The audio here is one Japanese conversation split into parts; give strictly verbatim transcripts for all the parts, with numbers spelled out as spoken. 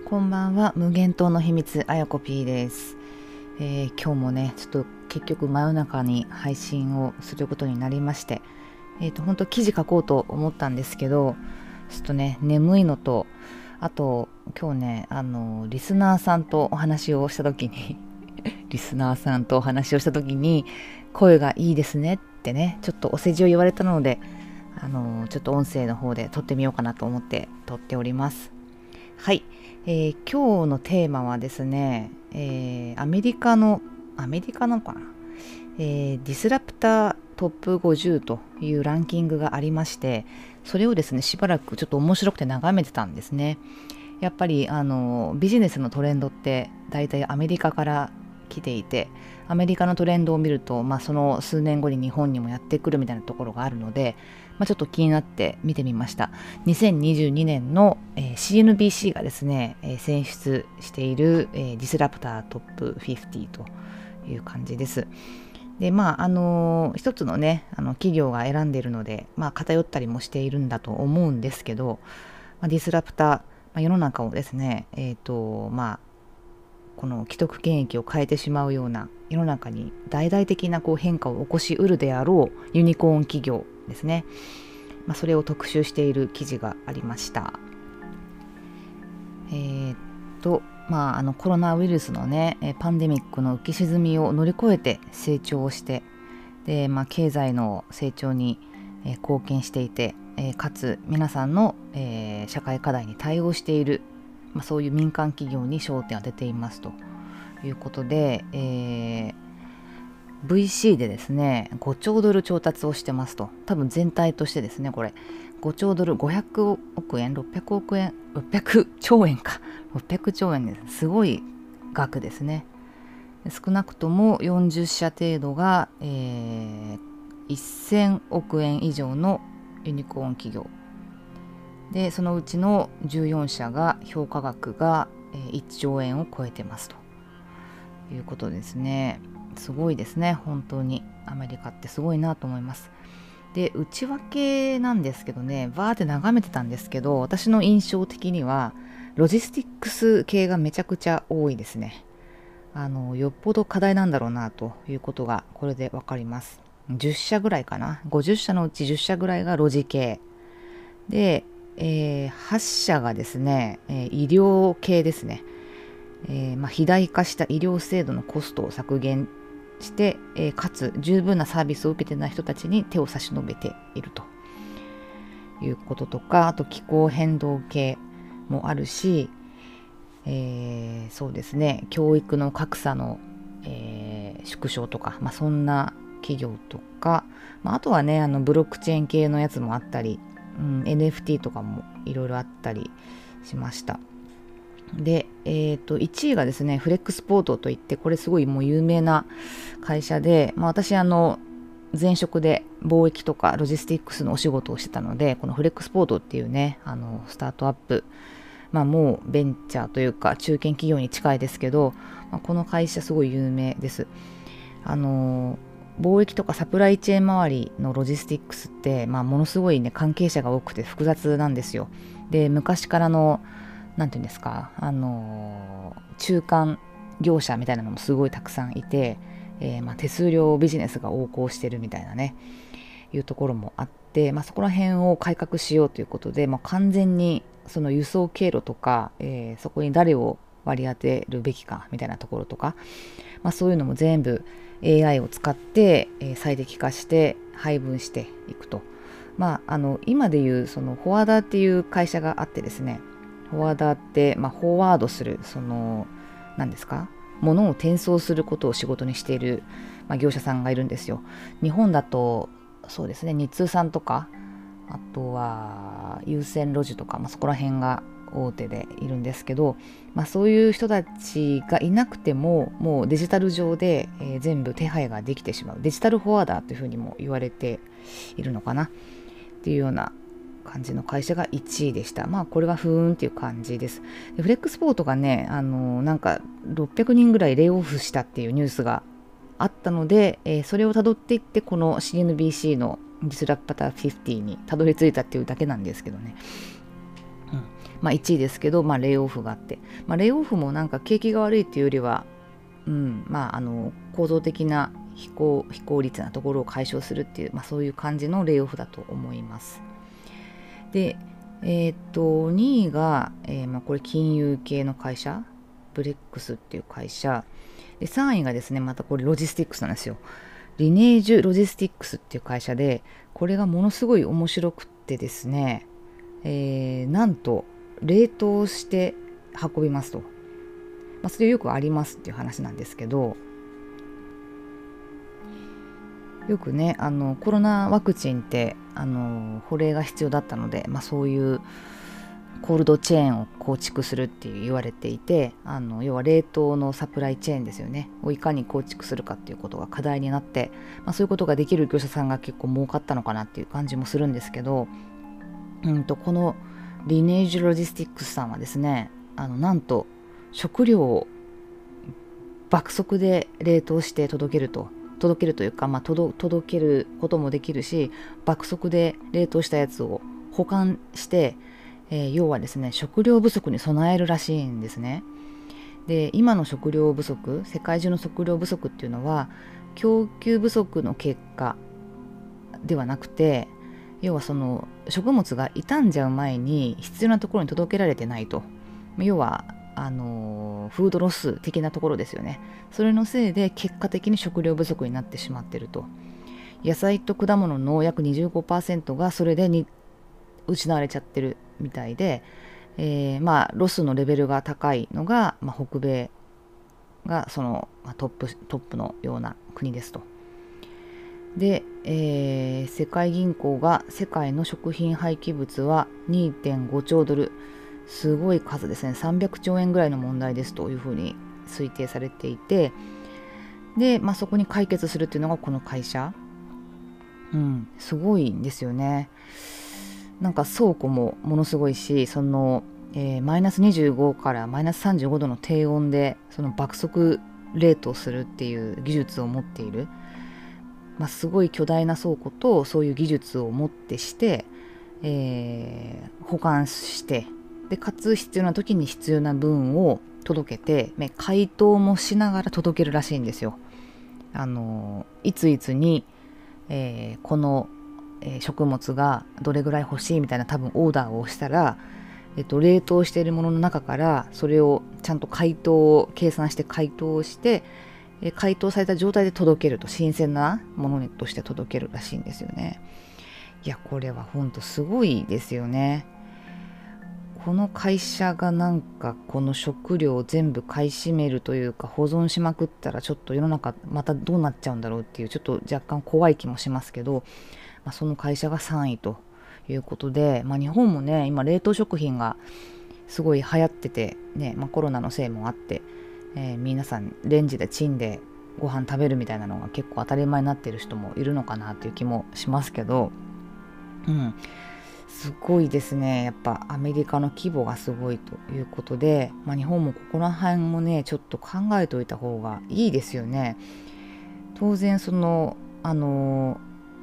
こんばんは。無限島の秘密、あやこ P です、えー、今日もねちょっと結局真夜中に配信をすることになりまして、えーと本当記事書こうと思ったんですけど、ちょっとね眠いのと、あと今日ねあのリスナーさんとお話をした時にリスナーさんとお話をした時に声がいいですねってねちょっとお世辞を言われたので、あのちょっと音声の方で撮ってみようかなと思って撮っております。はい、えー今日のテーマはですね、えーアメリカのアメリカなのかな、えーディスラプタートップごじゅうというランキングがありまして、それをですねしばらくちょっと面白くて眺めてたんですね。やっぱりあのビジネスのトレンドってだいたいアメリカから来ていて、アメリカのトレンドを見ると、まあ、その数年後に日本にもやってくるみたいなところがあるので、まあ、ちょっと気になって見てみました。にせんにじゅうにねんの、えー シーエヌビーシー がですね、えー選出している、えーディスラプタートップごじゅうという感じです。でまああのー一つのねあの企業が選んでいるので、まあ、偏ったりもしているんだと思うんですけど、まあ、ディスラプター、まあ、世の中をですね、えーとまあ、この既得権益を変えてしまうような世の中に大々的なこう変化を起こしうるであろうユニコーン企業ですね、まあ、それを特集している記事がありました。えーっとまあ、あのコロナウイルスのねパンデミックの浮き沈みを乗り越えて成長をして、で、まあ、経済の成長にえー貢献していて、えーかつ皆さんの、えー社会課題に対応している、まあ、そういう民間企業に焦点を当てていますということで、えー ブイシー でですねごちょうドル調達をしてますと。多分全体としてですね、これごちょうドルごひゃくおくえんろっぴゃくおくえんろっぴゃくちょうえんかろっぴゃくちょうえんです。すごい額ですね。少なくともよんじゅっしゃ程度が、えー、せんおくえん以上のユニコーン企業で、そのうちのじゅうよんしゃが評価額がえーいっちょうえんを超えてますということですね。すごいですね。本当にアメリカってすごいなと思います。で内訳なんですけどね、バーって眺めてたんですけど、私の印象的にはロジスティックス系がめちゃくちゃ多いですね。あのよっぽど課題なんだろうなということがこれでわかります。じゅっしゃぐらいかな、ごじゅっしゃのうちじゅっしゃぐらいがロジ系で、えーはっしゃがですね、えー医療系ですね。えーまあ、肥大化した医療制度のコストを削減して、えーかつ十分なサービスを受けていない人たちに手を差し伸べているということとか、あと気候変動系もあるし、えーそうですね、教育の格差の、えー縮小とか、まあ、そんな企業とか、まあ、あとはねあのブロックチェーン系のやつもあったり、うん、エヌエフティー とかもいろいろあったりしました。で、えー、といちいがですねフレックスポートといって、これすごいもう有名な会社で、まあ、私あの前職で貿易とかロジスティックスのお仕事をしてたので、このフレックスポートっていうねあのスタートアップ、まあ、もうベンチャーというか中堅企業に近いですけど、まあ、この会社すごい有名です。あの貿易とかサプライチェーン周りのロジスティックスって、まあ、ものすごいね関係者が多くて複雑なんですよ。で昔からのなんていうんですか、あの中間業者みたいなのもすごいたくさんいて、えーまあ、手数料ビジネスが横行してるみたいなねいうところもあって、まあ、そこら辺を改革しようということで、まあ、完全にその輸送経路とか、えーそこに誰を割り当てるべきかみたいなところとか、まあ、そういうのも全部 エーアイ を使って、えー最適化して配分していくと。まあ、あの今でいうそのフォワーダーっていう会社があってですね、フォワーダーって、まあ、フォワードする、その何ですか、物を転送することを仕事にしている、まあ、業者さんがいるんですよ。日本だとそうですね、日通さんとか、あとは優先路地とか、まあ、そこら辺が大手でいるんですけど、まあ、そういう人たちがいなくてももうデジタル上で、えー全部手配ができてしまう、デジタルフォワーダーというふうにも言われているのかなっていうような感じの会社がいちいでした。まあこれはふーんっていう感じです。でフレックスポートがね、あのなんかろっぴゃくにんぐらいレイオフしたっていうニュースがあったので、えーそれをたどっていってこの シーエヌビーシー のディスラプターごじゅうにたどり着いたっていうだけなんですけどね。うんまあ、いちいですけど、まあ、レイオフがあって、まあ、レイオフもなんか景気が悪いっていうよりは、うんまあ、あの構造的な非効、非効率なところを解消するっていう、まあ、そういう感じのレイオフだと思います。で、えー、っとにいが、えーまあ、これ金融系の会社、ブレックスっていう会社で、さんいがですねまたこれロジスティックスなんですよ。リネージュロジスティックスっていう会社で、これがものすごい面白くってですね、えー、なんと冷凍して運びますと、まあ、それよくありますっていう話なんですけど、よくねあのコロナワクチンってあの保冷が必要だったので、まあ、そういうコールドチェーンを構築するって言われていて、あの要は冷凍のサプライチェーンですよねをいかに構築するかっていうことが課題になって、まあ、そういうことができる業者さんが結構儲かったのかなっていう感じもするんですけど、うんとこのリネージュロジスティックスさんはですね、あのなんと食料を爆速で冷凍して届けると届けるというか、まあ、届届けることもできるし、爆速で冷凍したやつを保管して、えー、要はですね食料不足に備えるらしいんですね。で、今の食料不足、世界中の食料不足っていうのは供給不足の結果ではなくて、要はその食物が傷んじゃう前に必要なところに届けられてないと、要はあのフードロス的なところですよね。それのせいで結果的に食料不足になってしまっていると。野菜と果物の約 にじゅうごパーセント がそれでに失われちゃってるみたいで、えー、まあロスのレベルが高いのが、まあ、北米がその、まあ、トップトップのような国ですと。で、えー、世界銀行が世界の食品廃棄物は にてんごちょうドル、すごい数ですね、さんびゃくちょうえんぐらいの問題ですというふうに推定されていて、で、まあ、そこに解決するっていうのがこの会社、うん、すごいんですよね。なんか倉庫もものすごいし、その、えー、マイナスにじゅうごからマイナスさんじゅうごどの低温でその爆速冷凍するっていう技術を持っている、まあ、すごい巨大な倉庫とそういう技術をもってして、えー、保管してでかつ必要な時に必要な分を届けて、ね、解凍もしながら届けるらしいんですよ。あのいついつに、えー、この、えー、食物がどれぐらい欲しいみたいな多分オーダーをしたら、えっと、冷凍しているものの中からそれをちゃんと解凍を計算して解凍して解凍された状態で届けると、新鮮なものとして届けるらしいんですよね。いや、これは本当すごいですよね。この会社がなんかこの食料を全部買い占めるというか保存しまくったら、ちょっと世の中またどうなっちゃうんだろうっていう、ちょっと若干怖い気もしますけど、まあ、その会社がさんいということで、まあ、日本もね今冷凍食品がすごい流行っててね、まあ、コロナのせいもあって、えー、皆さんレンジでチンでご飯食べるみたいなのが結構当たり前になっている人もいるのかなっていう気もしますけど、うん、すごいですね。やっぱアメリカの規模がすごいということで、まあ、日本もここら辺もねちょっと考えておいた方がいいですよね。当然そのあの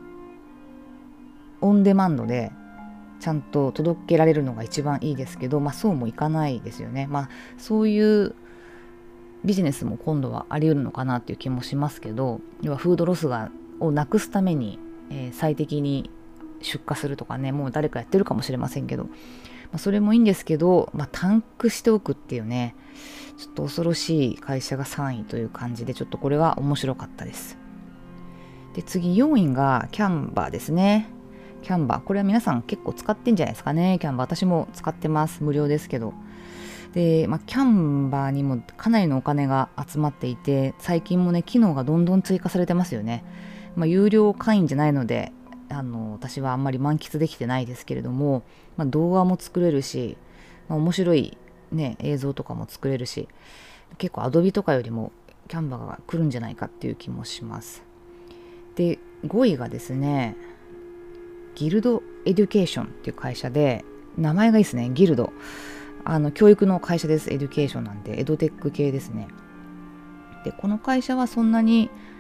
オンデマンドでちゃんと届けられるのが一番いいですけど、まあ、そうもいかないですよね。まあ、そういうビジネスも今度はあり得るのかなっていう気もしますけど、要はフードロスがをなくすために、えー、最適に出荷するとかね、もう誰かやってるかもしれませんけど、まあ、それもいいんですけど、まあ、タンクしておくっていうね、ちょっと恐ろしい会社がさんいという感じで、ちょっとこれは面白かったです。で、次よんいがキャンバーですね。キャンバー、これは皆さん結構使ってんじゃないですかね。キャンバー、私も使ってます。無料ですけど。で、まあ、キャンバーにもかなりのお金が集まっていて、最近もね機能がどんどん追加されてますよね。まあ、有料会員じゃないのであの私はあんまり満喫できてないですけれども、まあ、動画も作れるし、まあ、面白い、ね、映像とかも作れるし、結構アドビとかよりもキャンバーが来るんじゃないかっていう気もします。で、ごいがですね、ギルドエデュケーションっていう会社で、名前がいいですね。ギルド、あの教育の会社です。エデュケーションなんでエドテック系ですね。で、この会社はそんなに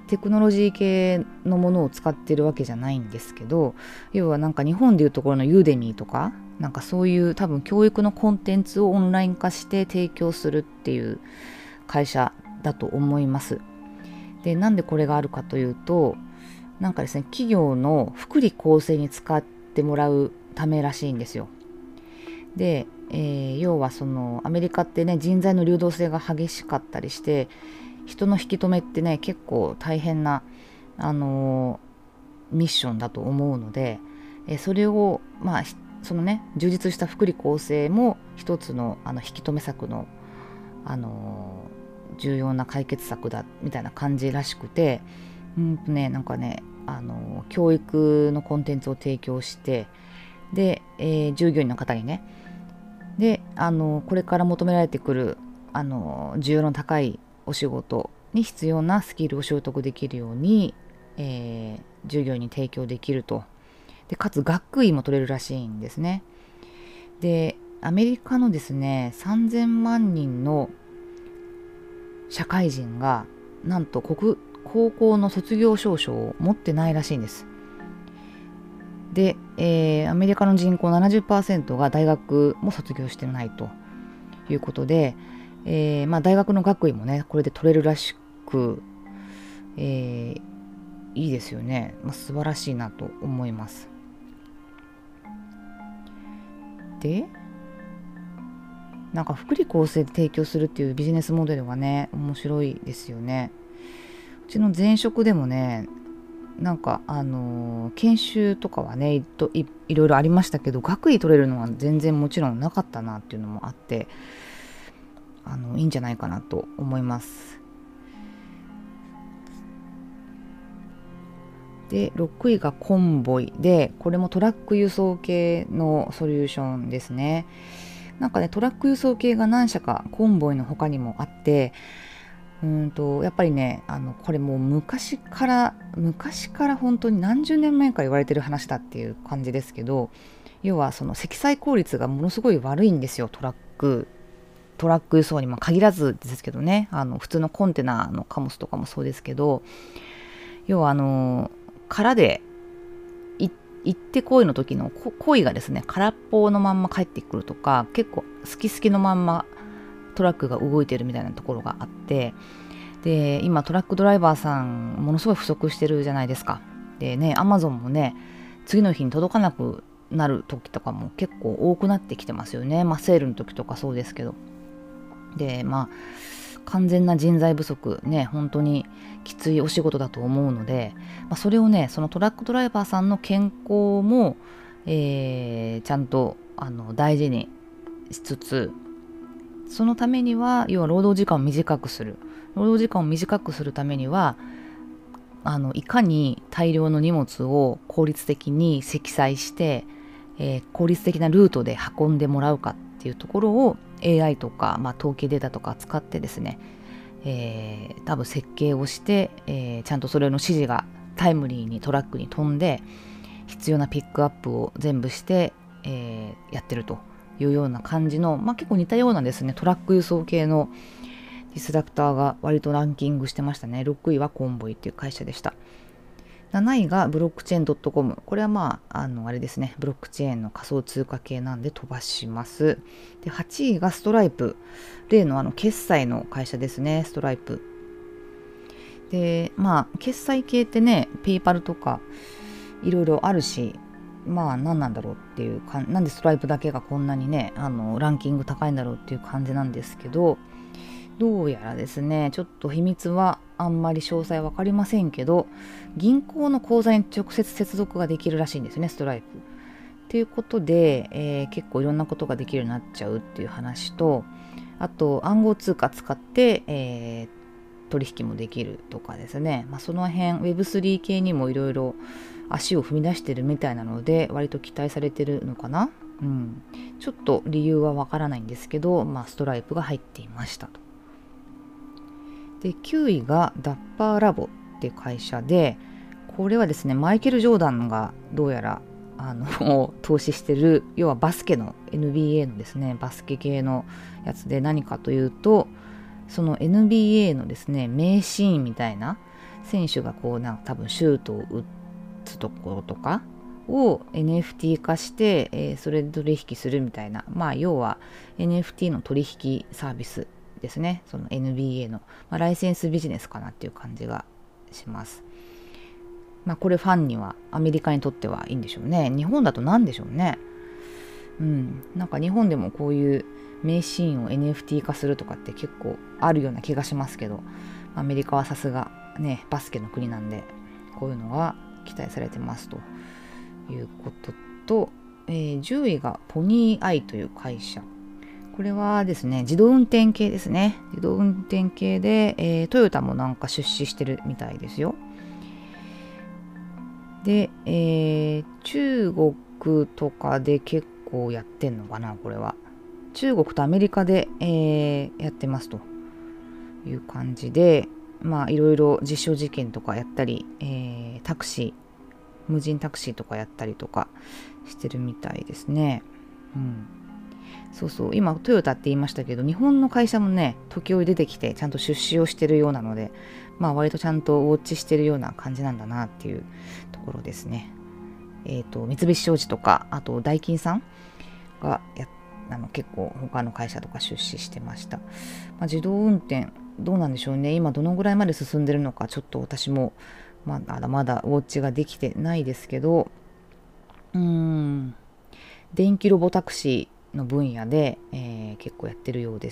テクノロジー系のものを使ってるわけじゃないんですけど、要はなんか日本でいうところのユーデミーとか、なんかそういう多分教育のコンテンツをオンライン化して提供するっていう会社だと思います。で、なんでこれがあるかというと、なんかですね、企業の福利厚生に使ってもらうためらしいんですよ。で、えー、要はそのアメリカってね、人材の流動性が激しかったりして、人の引き止めってね、結構大変な、あのー、ミッションだと思うので、えー、それをまあそのね、充実した福利厚生も一つのあの引き止め策の、あのー、重要な解決策だみたいな感じらしくて、うんとね、なんかね、あのー、教育のコンテンツを提供して、で、えー、従業員の方にね、で、あのー、これから求められてくる、あのー、需要の高いお仕事に必要なスキルを習得できるように、えー、従業員に提供できると。で、かつ学位も取れるらしいんですね。で、アメリカのですね、さんぜんまんにんの社会人がなんと国高校の卒業証書を持ってないらしいんです。で、えー、アメリカの人口 ななじゅっパーセント が大学も卒業してないということで、えーまあ、大学の学位もね、これで取れるらしく、えー、いいですよね。まあ、素晴らしいなと思います。で、なんか福利厚生で提供するっていうビジネスモデルがね、面白いですよね。うちの前職でもね、なんかあのー、研修とかはね い, い, いろいろありましたけど、学位取れるのは全然もちろんなかったなっていうのもあって、あのいいんじゃないかなと思います。で、ろくいがコンボイで、これもトラック輸送系のソリューションですね。なんかね、トラック輸送系が何社かコンボイの他にもあって、うんとやっぱりね、あのこれもう昔から昔から本当に何十年前から言われてる話だっていう感じですけど、要はその積載効率がものすごい悪いんですよ。トラックトラック輸送にも限らずですけどね、あの普通のコンテナの貨物とかもそうですけど、要はあの空で行ってこいの時の行為がですね、空っぽのまんま帰ってくるとか、結構好き好きのまんまトラックが動いてるみたいなところがあって、で、今トラックドライバーさんものすごい不足してるじゃないですか。でね、アマゾンもね、次の日に届かなくなる時とかも結構多くなってきてますよね。まあセールの時とかそうですけど。で、まあ完全な人材不足ね、本当にきついお仕事だと思うので、まあ、それをね、そのトラックドライバーさんの健康も、えー、ちゃんとあの大事にしつつ、そのためには要は労働時間を短くする労働時間を短くするためには、あのいかに大量の荷物を効率的に積載して、えー、効率的なルートで運んでもらうかっていうところを エーアイ とか、まあ、統計データとか使ってですね、えー、多分設計をして、えー、ちゃんとそれの指示がタイムリーにトラックに飛んで、必要なピックアップを全部して、えー、やってるというような感じの、まあ、結構似たようなですね、トラック輸送系のディスラプターが割とランキングしてましたね。ろくいはコンボイっていう会社でした。なないがブロックチェーン .com。これはまあ、あの、あれですね、ブロックチェーンの仮想通貨系なんで飛ばします。で、はちいがストライプ。例のあの、決済の会社ですね、ストライプ。で、まあ、決済系ってね、ペイパルとかいろいろあるし、まあ何なんだろうっていうか、なんでストライプだけがこんなにね、あの、ランキング高いんだろうっていう感じなんですけど、どうやらですね、ちょっと秘密はあんまり詳細わかりませんけど、銀行の口座に直接接続ができるらしいんですね、ストライプ。ということで、えー、結構いろんなことができるようになっちゃうっていう話と、あと暗号通貨使って、えー、取引もできるとかですね、まあ、その辺 ウェブスリー 系にもいろいろ足を踏み出してるみたいなので、割と期待されてるのかな。うん、ちょっと理由はわからないんですけど、まあ、ストライプが入っていましたと。で、きゅういがダッパーラボっていう会社で、これはですね、マイケル・ジョーダンがどうやらあの投資してる、要はバスケの エヌビーエー のですね、バスケ系のやつで、何かというと、その エヌビーエー のですね、名シーンみたいな選手がこうなんか多分シュートを打つところとかを エヌエフティー 化して、えー、それで取引するみたいな、まあ要は エヌエフティー の取引サービスですね。その エヌビーエー の、まあ、ライセンスビジネスかなっていう感じがします。まあこれファンにはアメリカにとってはいいんでしょうね。日本だと何でしょうね。うん、なんか日本でもこういう名シーンを エヌエフティー 化するとかって結構あるような気がしますけど、アメリカはさすがねバスケの国なんでこういうのが期待されてますということと、えー、じゅういがポニーアイという会社。これはですね自動運転系ですね。自動運転系で、えー、トヨタもなんか出資してるみたいですよ。で、えー、中国とかで結構やってんのかな。これは中国とアメリカで、えー、やってますという感じで、まあいろいろ実証実験とかやったり、えー、タクシー無人タクシーとかやったりとかしてるみたいですね。うん、そうそう、今トヨタって言いましたけど、日本の会社もね時折出てきてちゃんと出資をしてるようなので、まあ割とちゃんとウォッチしてるような感じなんだなっていうところですね。えっと三菱商事とかあとダイキンさんがやあの結構他の会社とか出資してました。まあ、自動運転どうなんでしょうね。今どのぐらいまで進んでるのかちょっと私もまだまだウォッチができてないですけど、うーん電気ロボタクシーの分野で、えー、結構やってるようです。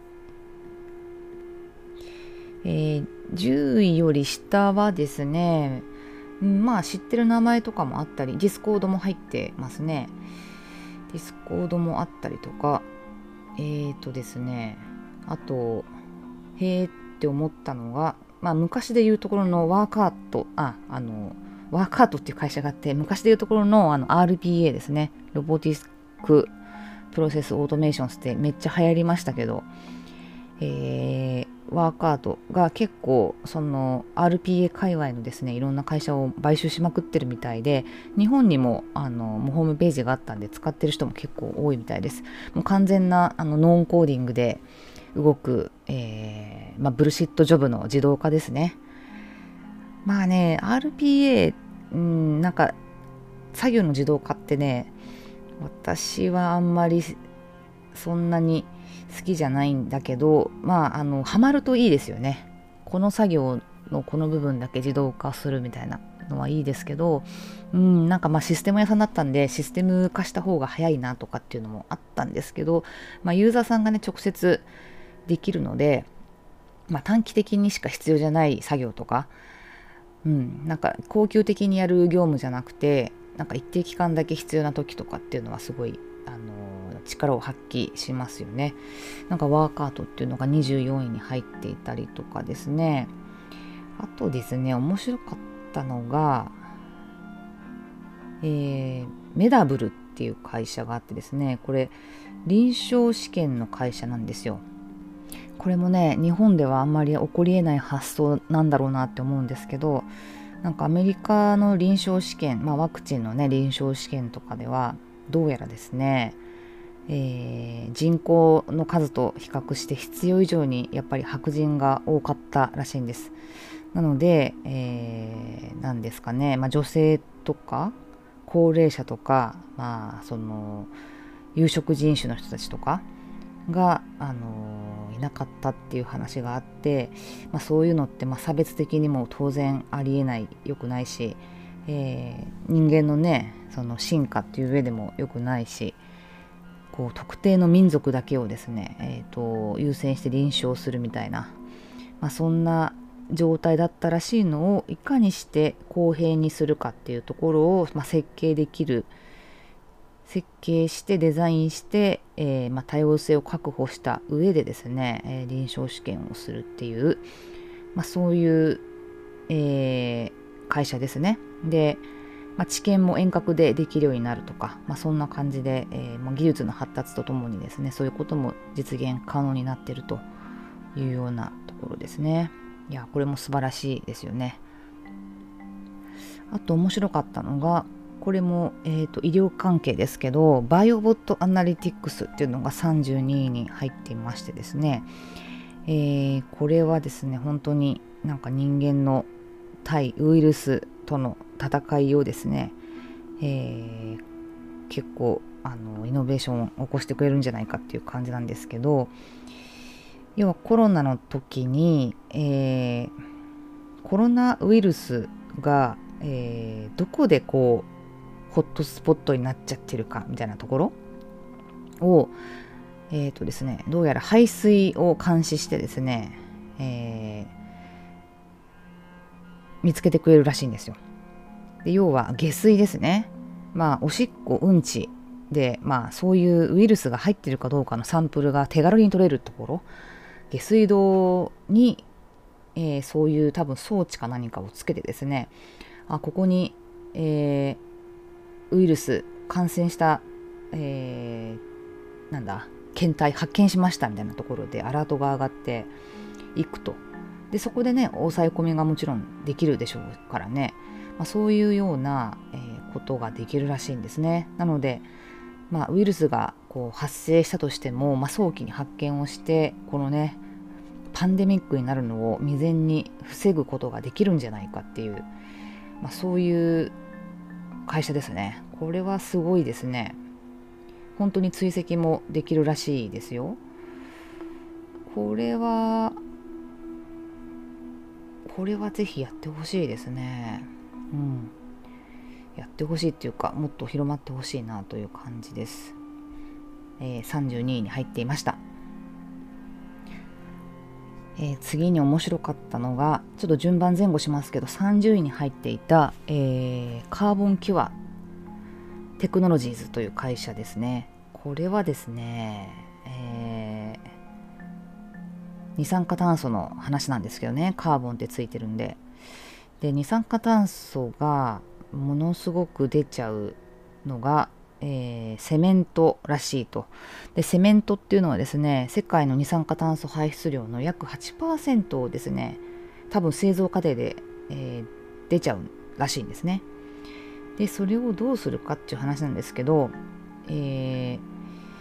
えー、じゅういより下はですね、うん、まあ知ってる名前とかもあったり、ディスコードも入ってますね。ディスコードもあったりとか、えーとですね、あとへーって思ったのが、まあ昔で言うところのワーカート、あ、あのワーカートっていう会社があって、昔で言うところのあの アールピーエー ですね、ロボティスクプロセスオートメーションってめっちゃ流行りましたけど、えー、ワーカートが結構その アールピーエー 界隈のですねいろんな会社を買収しまくってるみたいで、日本にもあのもうホームページがあったんで使ってる人も結構多いみたいです。もう完全なあのノンコーディングで動く、えーまあ、ブルシットジョブの自動化ですね。まあね アールピーエー、うん、なんか作業の自動化ってね私はあんまりそんなに好きじゃないんだけど、まああのハマるといいですよね。この作業のこの部分だけ自動化するみたいなのはいいですけど、うんなんかまあシステム屋さんだったんでシステム化した方が早いなとかっていうのもあったんですけど、まあ、ユーザーさんがね直接できるので、まあ、短期的にしか必要じゃない作業とか、うん、なんか恒久的にやる業務じゃなくて、なんか一定期間だけ必要な時とかっていうのはすごい、あのー、力を発揮しますよね。なんかワーカートっていうのがにじゅうよんいに入っていたりとかですね。あとですね、面白かったのが、えー、メダブルっていう会社があってですね、これ臨床試験の会社なんですよ。これもね日本ではあんまり起こりえない発想なんだろうなって思うんですけど、なんかアメリカの臨床試験、まあ、ワクチンのね臨床試験とかではどうやらですね、えー、人口の数と比較して必要以上にやっぱり白人が多かったらしいんです。なので、えー、なんですかね、まあ、女性とか高齢者とか、まあ、その有色人種の人たちとかが、あのー、いなかったっていう話があって、まあ、そういうのって、まあ、差別的にも当然ありえない、良くないし、えー、人間のねその進化っていう上でも良くないし、こう特定の民族だけをですね、えーと、優先して臨床するみたいな、まあ、そんな状態だったらしいのをいかにして公平にするかっていうところを、まあ、設計できる設計してデザインして、えーまあ、多様性を確保した上でですね、えー、臨床試験をするっていう、まあ、そういう、えー、会社ですね。で、まあ、治験も遠隔でできるようになるとか、まあ、そんな感じで、えーまあ、技術の発達とともにですねそういうことも実現可能になっているというようなところですね。いやこれも素晴らしいですよね。あと面白かったのがこれも、えーと、医療関係ですけどバイオボットアナリティクスっていうのがさんじゅうにいに入っていましてですね、えー、これはですね本当になんか人間の対ウイルスとの戦いをですね、えー、結構あのイノベーションを起こしてくれるんじゃないかっていう感じなんですけど、要はコロナの時に、えー、コロナウイルスが、えー、どこでこうホットスポットになっちゃってるかみたいなところを、えーとですね、どうやら排水を監視してですね、えー、見つけてくれるらしいんですよ。で要は下水ですね。まあおしっこうんちで、まあそういうウイルスが入ってるかどうかのサンプルが手軽に取れるところ、下水道に、えー、そういう多分装置か何かをつけてですね、あここに、えー、ウイルス感染した、えー、なんだ検体発見しましたみたいなところでアラートが上がっていくと。でそこでね抑え込みがもちろんできるでしょうからね、まあ、そういうような、えー、ことができるらしいんですね。なので、まあ、ウイルスがこう発生したとしても、まあ、早期に発見をしてこのねパンデミックになるのを未然に防ぐことができるんじゃないかっていう、まあ、そういう会社ですね。これはすごいですね。本当に追跡もできるらしいですよ。これはこれはぜひやってほしいですね。うん。やってほしいっていうか、もっと広まってほしいなという感じです。えー、さんじゅうにいに入っていました。えー、次に面白かったのが、ちょっと順番前後しますけど、さんじゅういに入っていた、えー、カーボンキュアテクノロジーズという会社ですね。これはですね、えー、二酸化炭素の話なんですけどね、カーボンってついてるんで。で、二酸化炭素がものすごく出ちゃうのが、えー、セメントらしいと。で、セメントっていうのはですね、世界の二酸化炭素排出量の約 はちパーセント をですね、多分製造過程で、えー、出ちゃうらしいんですね。で、それをどうするかっていう話なんですけど、えー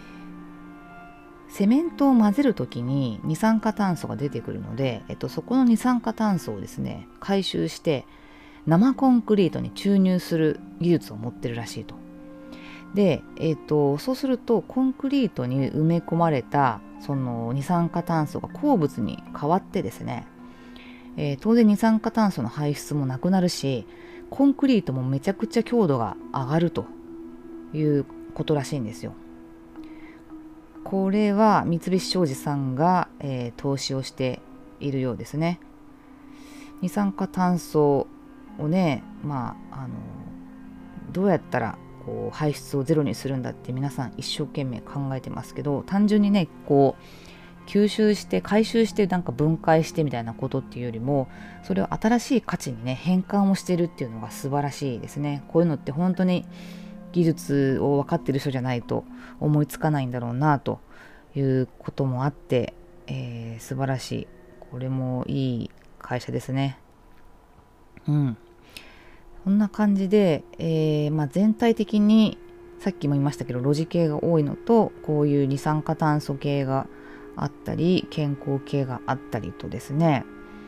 セメントを混ぜるときに二酸化炭素が出てくるので、えっと、そこの二酸化炭素をですね回収して生コンクリートに注入する技術を持ってるらしいと。で、えっと、そうするとコンクリートに埋め込まれたその二酸化炭素が鉱物に変わってですね、えー、当然二酸化炭素の排出もなくなるし、コンクリートもめちゃくちゃ強度が上がるということらしいんですよ。これは三菱商事さんが、えー、投資をしているようですね。二酸化炭素をね、まあ、あのどうやったらこう排出をゼロにするんだって皆さん一生懸命考えてますけど、単純にねこう吸収して回収してなんか分解してみたいなことっていうよりも、それを新しい価値にね変換をしてるっていうのが素晴らしいですね。こういうのって本当に技術を分かってる人じゃないと思いつかないんだろうなということもあって、えー、素晴らしい。これもいい会社ですね。うん。こんな感じで、えーまあ、全体的にさっきも言いましたけどロジ系が多いのと、こういう二酸化炭素系があったり健康系があったりとですね、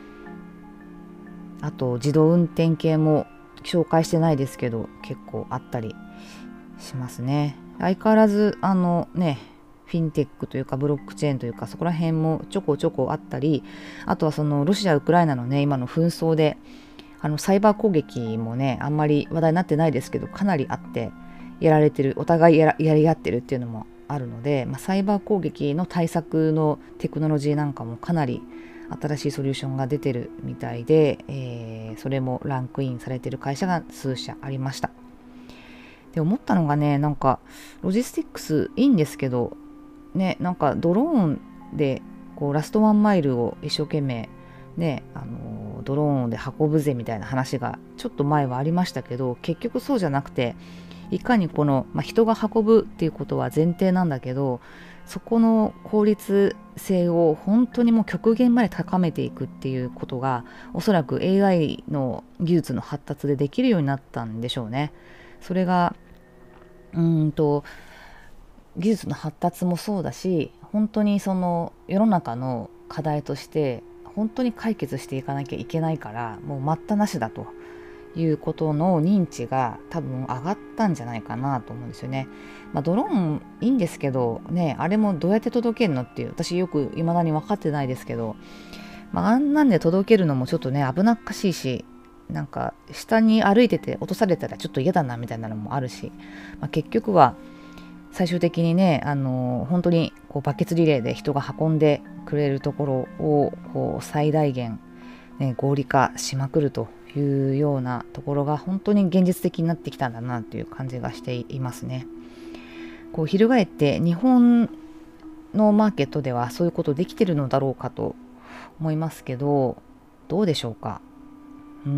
あと自動運転系も紹介してないですけど結構あったりしますね。相変わらずあのねフィンテックというかブロックチェーンというかそこら辺もちょこちょこあったり、あとはそのロシア・ウクライナのね今の紛争であのサイバー攻撃もねあんまり話題になってないですけどかなりあってやられてる、お互いやらやり合ってるっていうのもあるので、まあ、サイバー攻撃の対策のテクノロジーなんかもかなり新しいソリューションが出てるみたいで、えー、それもランクインされてる会社が数社ありました。で思ったのがね、なんかロジスティックスいいんですけどね、なんかドローンでこうラストワンマイルを一生懸命ね、あのドローンで運ぶぜみたいな話がちょっと前はありましたけど、結局そうじゃなくて、いかにこの、まあ、人が運ぶっていうことは前提なんだけど、そこの効率性を本当にもう極限まで高めていくっていうことがおそらく エーアイ の技術の発達でできるようになったんでしょうね。それがうーんと技術の発達もそうだし、本当にその世の中の課題として本当に解決していかなきゃいけないから、もう待ったなしだということの認知が多分上がったんじゃないかなと思うんですよね。まあ、ドローンいいんですけどね、あれもどうやって届けるのっていう、私よく未だに分かってないですけど、まあ、あんなんで届けるのもちょっとね危なっかしいし、なんか下に歩いてて落とされたらちょっと嫌だなみたいなのもあるし、まあ、結局は最終的にね、あの本当にこうバケツリレーで人が運んでくれるところをこう最大限、ね、合理化しまくるというようなところが本当に現実的になってきたんだなという感じがしていますね。こう翻って日本のマーケットではそういうことできてるのだろうかと思いますけど、どうでしょうか。うん、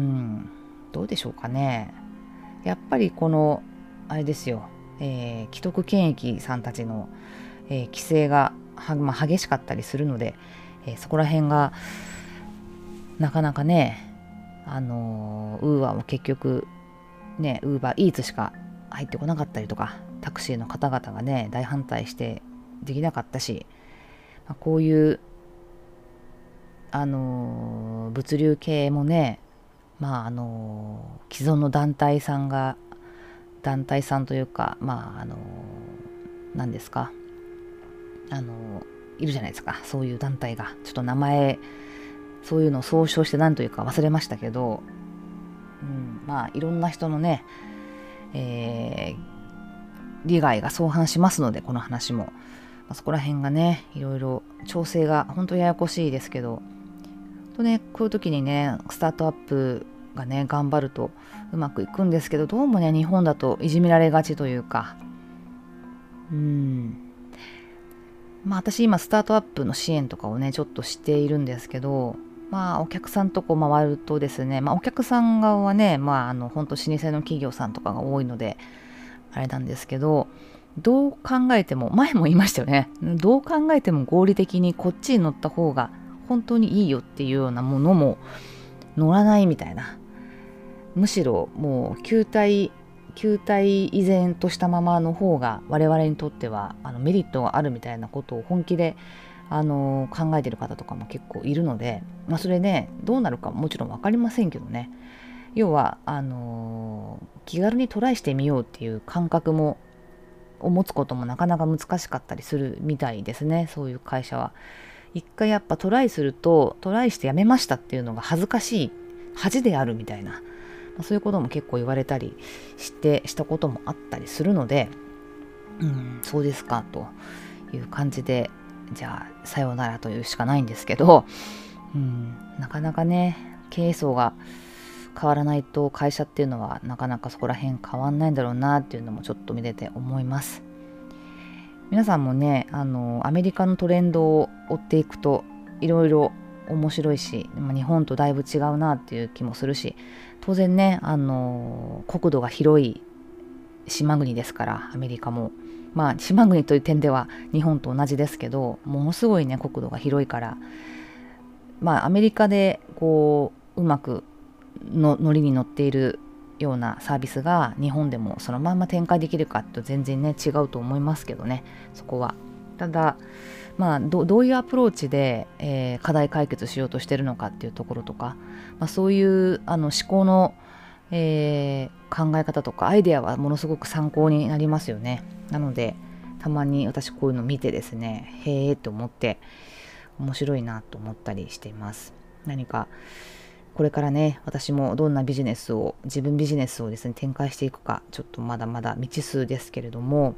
どうでしょうかね。やっぱりこのあれですよ、えー、既得権益さんたちの、えー、規制がは、まあ、激しかったりするので、えー、そこら辺がなかなかね、あのー、ウーバーも結局ね、ウーバーイーツしか入ってこなかったりとか、タクシーの方々がね大反対してできなかったし、まあ、こういうあのー、物流系もね、まああのー、既存の団体さんが団体さんというか、まああのー、何ですか、あのー、いるじゃないですか、そういう団体が、ちょっと名前そういうのを総称して何というか忘れましたけど、うん、まあいろんな人のね、えー、利害が相反しますので、この話も、まあ、そこら辺がねいろいろ調整が本当にややこしいですけど、とね、こういう時にねスタートアップがね頑張るとうまくいくんですけど、どうもね日本だといじめられがちというか、うーんまあ私今スタートアップの支援とかをねちょっとしているんですけど、まあお客さんとこう回るとですね、まあお客さん側はね、まああの本当老舗の企業さんとかが多いのであれなんですけど、どう考えても、前も言いましたよね、どう考えても合理的にこっちに乗った方が本当にいいよっていうようなものも乗らないみたいな、むしろもう球体球体依然としたままの方が我々にとってはあのメリットがあるみたいなことを本気であの考えてる方とかも結構いるので、まあ、それねどうなるかもちろん分かりませんけどね、要はあの気軽にトライしてみようっていう感覚もを持つこともなかなか難しかったりするみたいですね、そういう会社は。一回やっぱトライすると、トライしてやめましたっていうのが恥ずかしい恥であるみたいな、そういうことも結構言われたりしてしたこともあったりするので、うん、そうですかという感じで、じゃあさようならというしかないんですけど、うん、なかなかね経営層が変わらないと会社っていうのはなかなかそこら辺変わんないんだろうなっていうのもちょっと見てて思います。皆さんもね、あのアメリカのトレンドを追っていくといろいろ面白いし、日本とだいぶ違うなっていう気もするし、当然ね、あの国土が広い島国ですから、アメリカもまあ島国という点では日本と同じですけど、ものすごいね国土が広いから、まあアメリカでこううまくの乗りに乗っているようなサービスが日本でもそのまんま展開できるかと全然ね違うと思いますけどね、そこは。ただまあ ど, どういうアプローチで、えー、課題解決しようとしてるのかっていうところとか、まあ、そういうあの思考の、えー、考え方とかアイデアはものすごく参考になりますよね。なのでたまに私こういうの見てですね、へーって思って面白いなと思ったりしています。何かこれからね、私もどんなビジネスを自分ビジネスをですね展開していくか、ちょっとまだまだ未知数ですけれども、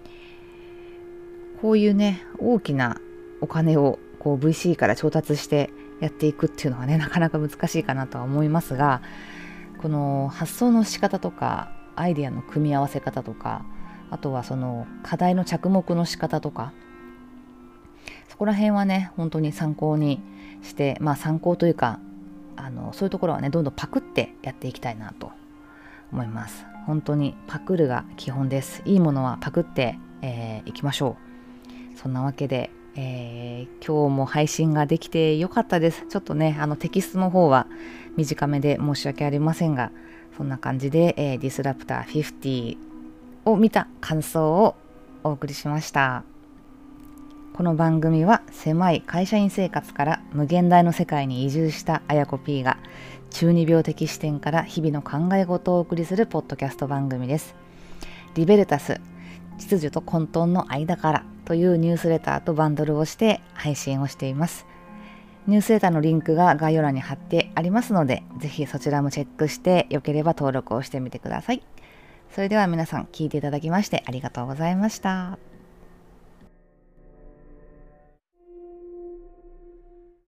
こういうね大きなお金をこう ブイシー から調達してやっていくっていうのはねなかなか難しいかなとは思いますが、この発想の仕方とかアイデアの組み合わせ方とか、あとはその課題の着目の仕方とか、そこら辺はね本当に参考にして、まあ参考というかあのそういうところはねどんどんパクってやっていきたいなと思います。本当にパクるが基本です。いいものはパクって、えー、いきましょう。そんなわけで、えー、今日も配信ができてよかったです。ちょっとねあのテキストの方は短めで申し訳ありませんが、そんな感じで、えー、ディスラプターごじゅうを見た感想をお送りしました。 この番組は狭い会社員生活から無限大の世界に移住したあやこ P が中二病的視点から日々の考え事をお送りするポッドキャスト番組です。リベルタス、秩序と混沌の間からというニュースレターとバンドルをして配信をしています。ニュースレターのリンクが概要欄に貼ってありますので、ぜひそちらもチェックしてよければ登録をしてみてください。それでは皆さん聞いていただきましてありがとうございました。